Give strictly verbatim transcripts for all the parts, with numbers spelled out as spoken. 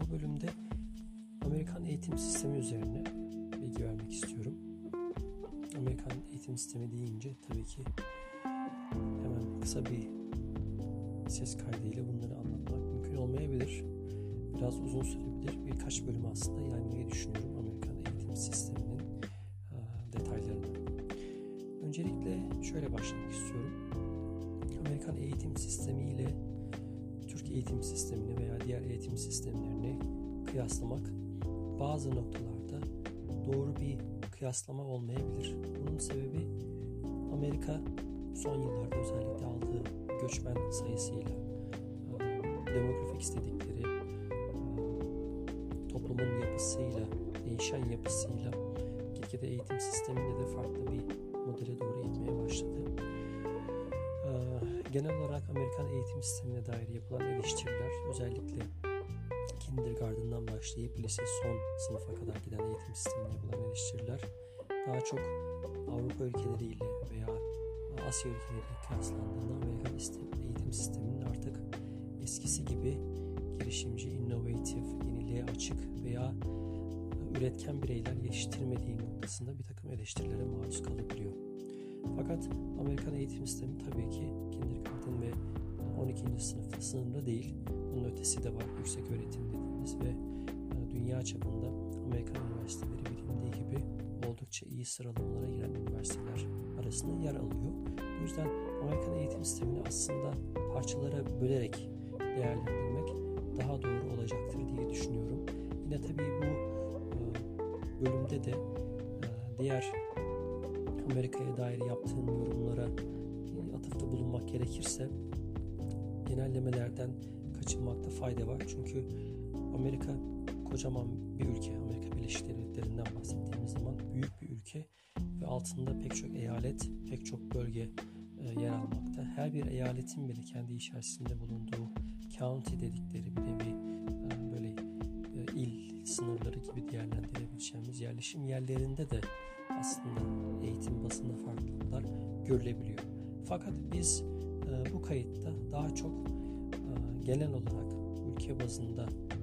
bu bölümde Amerikan eğitim sistemi üzerine bilgi vermek istiyorum. Amerikan eğitim sistemi deyince tabii ki hemen kısa bir ses kaydıyla bunları anlatmak mümkün olmayabilir. Biraz uzun sürebilir. Birkaç bölüm aslında yaymayı düşünüyorum Amerikan eğitim sisteminin detaylarını. Öncelikle şöyle başlamak istiyorum. Amerikan eğitim sistemi ile Türk eğitim sistemini veya diğer eğitim sistemlerini kıyaslamak bazı noktalarda doğru bir kıyaslama olmayabilir. Bunun sebebi Amerika son yıllarda özellikle aldığı göçmen sayısıyla, demografik istedikleri toplumun yapısıyla, değişen yapısıyla gitgide eğitim sisteminde de farklı bir modele doğru gitmeye başladı. Genel olarak Amerikan eğitim sistemine dair yapılan eleştiriler, özellikle kindergarten'dan başlayıp lise son sınıfa kadar giden eğitim sistemine yapılan eleştiriler daha çok Avrupa ülkeleriyle veya Asya ülkeleriyle kıyaslandığında Amerikan eğitim sisteminin artık eskisi gibi girişimci, inovatif, yeniliğe açık veya üretken bireyler yetiştirmediği noktasında bir takım eleştirilere maruz kalabiliyor. Fakat Amerikan eğitim sistemi tabii ki kindergarten ve on ikinci sınıfta sınırlı değil. Bunun ötesi de var. Yüksek öğretim dediğimiz ve dünya çapında Amerikan üniversiteleri bilindiği gibi oldukça iyi sıralamalara giren üniversiteler arasında yer alıyor. Bu yüzden Amerikan eğitim sistemini aslında parçalara bölerek değerlendirmek daha doğru olacaktır diye düşünüyorum. Yine tabii bu bölümde de diğer Amerika'ya dair yaptığım yorumlara atıfta bulunmak gerekirse genellemelerden kaçınmakta fayda var. Çünkü Amerika kocaman bir ülke. Amerika Birleşik Devletleri'nden bahsettiğimiz zaman büyük bir ülke ve altında pek çok eyalet, pek çok bölge e, yer almakta. Her bir eyaletin bile kendi içerisinde bulunduğu county dedikleri bir nevi e, böyle e, il sınırları gibi değerlendirebileceğimiz yerleşim yerlerinde de aslında eğitim bazında farklılıklar görülebiliyor. Fakat biz e, bu kayıtta daha çok e, genel olarak ülke bazında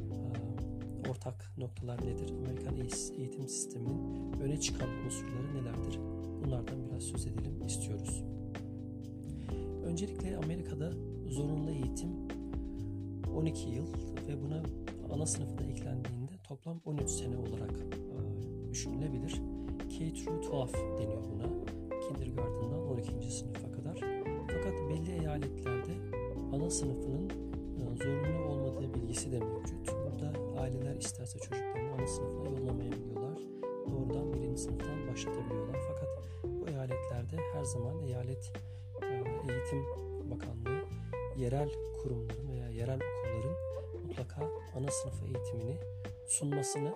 e, ortak noktalar nedir? Amerikan eğitim sisteminin öne çıkan unsurları nelerdir? Bunlardan biraz söz edelim istiyoruz. Öncelikle Amerika'da zorunlu eğitim on iki yıl ve buna ana sınıfı da eklendiğinde toplam on üç sene olarak e, düşünülebilir. K through twelve deniyor buna. Kindergarten'dan on ikinci sınıfa kadar. Fakat belli eyaletlerde ana sınıfının zorunlu olmadığı bilgisi de mevcut. Burada aileler isterse çocuklarını ana sınıfına yollamayabiliyorlar. Doğrudan birinci sınıftan başlatabiliyorlar. Fakat bu eyaletlerde her zaman eyalet eğitim bakanlığı yerel kurumların veya yerel okulların mutlaka ana sınıf eğitimini sunmasını,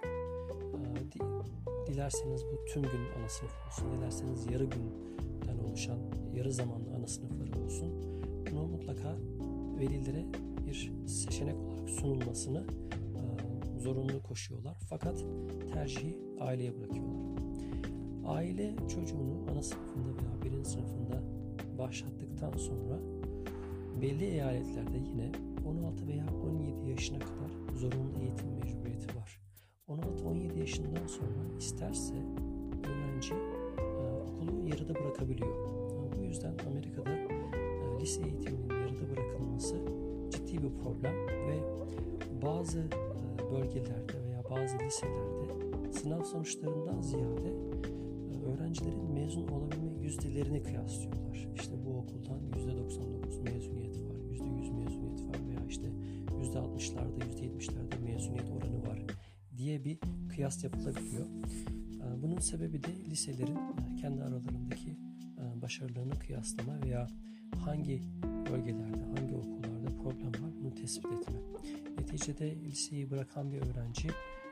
dilerseniz bu tüm gün ana sınıf olsun, dilerseniz yarı günden oluşan yarı zamanlı ana sınıfları olsun, bunu mutlaka velilere bir seçenek olarak sunulmasını e, zorunlu koşuyorlar. Fakat tercihi aileye bırakıyorlar. Aile çocuğunu ana sınıfında veya birinci sınıfında başlattıktan sonra belli eyaletlerde yine on altı veya on yedi yaşına kadar zorunlu eğitim mecburiyeti var. on altı on yedi yaşından sonra isterse öğrenci e, okulu yarıda bırakabiliyor. Bu yüzden Amerika'da e, lise eğitiminin yarıda bırakılması ciddi bir problem ve bazı e, bölgelerde veya bazı liselerde sınav sonuçlarından ziyade e, öğrencilerin mezun olabilme yüzdelerini kıyaslıyorlar. İşte bu okuldan yüzde doksan dokuz mezuniyet var, yüzde yüz mezuniyet var veya işte yüzde altmışlarda, yüzde yetmişlerde mezuniyet oranı var diye bir kıyas yapılabiliyor. Bunun sebebi de liselerin kendi aralarındaki başarılarını kıyaslama veya hangi bölgelerde, hangi okullarda problem var bunu tespit etme. Neticede liseyi bırakan bir öğrenci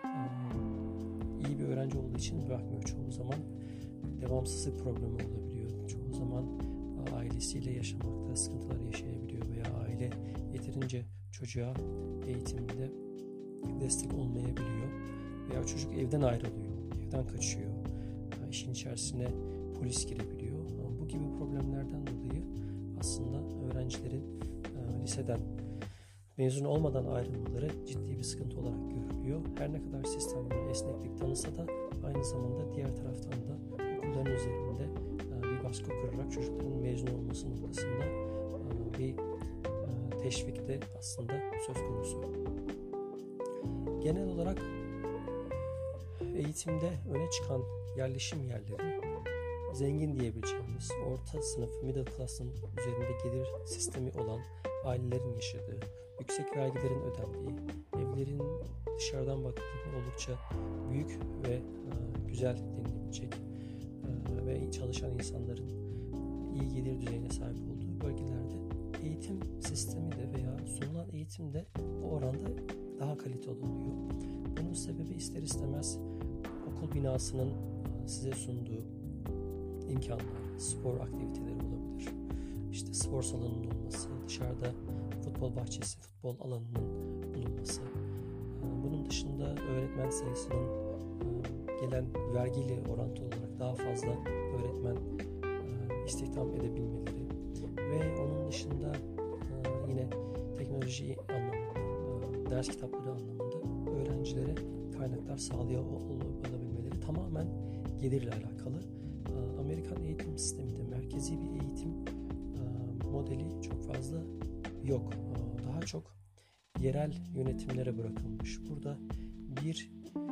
iyi bir öğrenci olduğu için bırakmıyor. Çoğu zaman devamsızlık problemi olabiliyor. Çoğu zaman ailesiyle yaşamakta sıkıntılar yaşayabiliyor veya aile yeterince çocuğa eğitimde destek olmayabiliyor veya çocuk evden ayrılıyor, evden kaçıyor, işin içerisine polis girebiliyor. Bu gibi problemlerden dolayı aslında öğrencilerin liseden mezun olmadan ayrılmaları ciddi bir sıkıntı olarak görülüyor. Her ne kadar sistem buna esneklik tanısa da aynı zamanda diğer taraftan da okulların üzerinde bir baskı kurarak çocukların mezun olması noktasında bir teşvik de aslında söz konusu. Genel olarak eğitimde öne çıkan yerleşim yerleri zengin diyebileceğimiz orta sınıf, middle class'ın üzerinde gelir sistemi olan ailelerin yaşadığı, yüksek vergilerin ödendiği, evlerin dışarıdan bakıldığında oldukça büyük ve e, güzel denilebilecek e, ve çalışan insanların iyi gelir düzeyine sahip olduğu bölgelerde eğitim sistemi de veya sunulan eğitim de o oranda daha kaliteli oluyor. Bunun sebebi ister istemez okul binasının e, size sunduğu imkanlar, spor aktiviteleri olabilir. İşte spor salonunun olması, dışarıda futbol bahçesi, futbol alanının bulunması. Bunun dışında öğretmen sayısının gelen vergiyle orantılı olarak daha fazla öğretmen istihdam edebilmeleri ve onun dışında yine teknoloji anlamında, ders kitapları anlamında öğrencilere kaynaklar sağlıyor olabilmeleri tamamen gelirle alakalı. Amerikan eğitim sisteminde merkezi bir eğitim modeli çok fazla yok. Daha çok yerel yönetimlere bırakılmış. Burada bir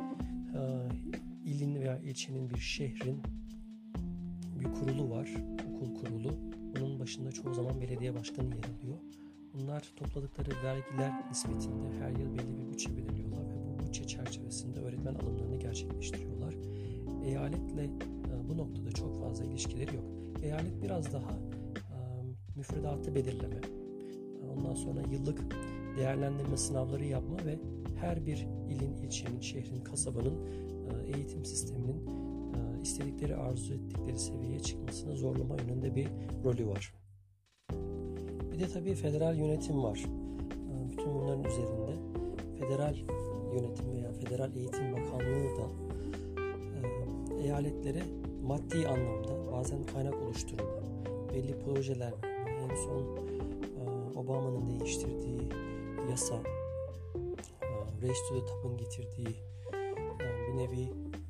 ilin veya ilçenin, bir şehrin bir kurulu var, okul kurulu. Bunun başında çoğu zaman belediye başkanı yer alıyor. Bunlar topladıkları vergiler nispetinde her yıl belli bir bütçe belirliyorlar ve bu bütçe çerçevesinde öğretmen alımlarını gerçekleştiriyorlar. Eyaletle bu noktada çok fazla ilişkileri yok. Eyalet biraz daha e, müfredatı belirleme, ondan sonra yıllık değerlendirme sınavları yapma ve her bir ilin, ilçenin, şehrin, kasabanın e, eğitim sisteminin e, istedikleri, arzu ettikleri seviyeye çıkmasına zorlama yönünde bir rolü var. Bir de tabii federal yönetim var. E, bütün bunların üzerinde federal yönetim veya Federal Eğitim Bakanlığı da e, eyaletlere maddi anlamda bazen kaynak oluşturma, belli projeler verme, en son e, Obama'nın değiştirdiği yasa, e, Race to the Top'un getirdiği e, bir nevi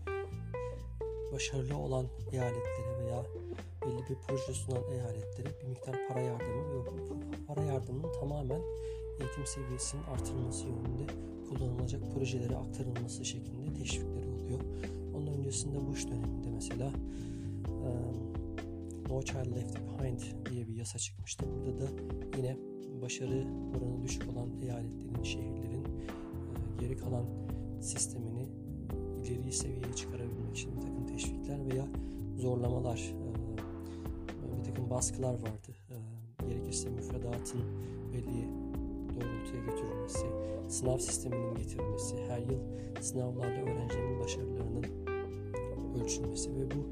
başarılı olan eyaletlere veya belli bir proje sunan eyaletlere bir miktar para yardımı ve bu para yardımının tamamen eğitim seviyesinin artırılması yönünde kullanılacak projelere aktarılması şeklinde teşvikleri oluyor. Onun öncesinde Bush döneminde mesela um, No Child Left Behind diye bir yasa çıkmıştı. Burada da yine başarı oranı düşük olan eyaletlerin, şehirlerin e, geri kalan sistemini ileri seviyeye çıkarabilmek için bir takım teşvikler veya zorlamalar, e, bir takım baskılar vardı. E, gerekirse müfredatın belli doğrultuya götürülmesi, sınav sisteminin getirilmesi, her yıl sınavlarla öğrencilerin başarılarının ölçülmesi ve bu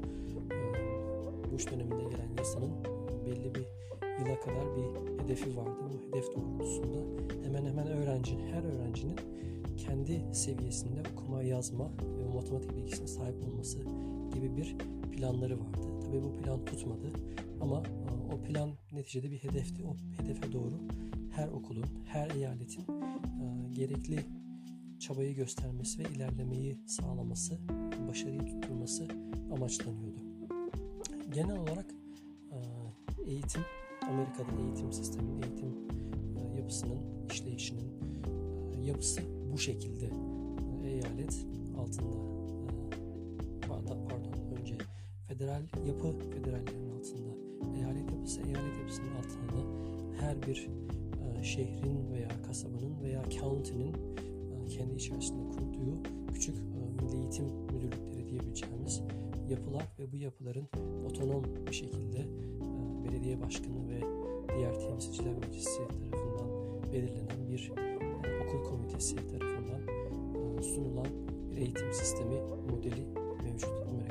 e, Bush döneminde gelen yasanın belli bir yıla kadar bir hedefi vardı. Bu hedef doğrultusunda hemen hemen öğrencinin, her öğrencinin kendi seviyesinde okuma, yazma ve matematik bilgisine sahip olması gibi bir planları vardı. Tabii bu plan tutmadı ama e, o plan neticede bir hedefti. O hedefe doğru her okulun, her eyaletin e, gerekli çabayı göstermesi ve ilerlemeyi sağlaması, başarıyı tutturması amaçlanıyordu. Genel olarak e, eğitim, Amerika'da eğitim sisteminin, eğitim e, yapısının, işleyişinin e, yapısı bu şekilde. E, eyalet altında, e, pardon, pardon önce federal yapı, federallerin altında, eyalet yapısı, eyalet yapısının altında da her bir şehrin veya kasabanın veya county'nin kendi içerisinde kurduğu küçük milli eğitim müdürlükleri diyebileceğimiz yapılar ve bu yapıların otonom bir şekilde belediye başkanı ve diğer temsilciler meclisi tarafından belirlenen bir okul komitesi tarafından sunulan bir eğitim sistemi modeli mevcut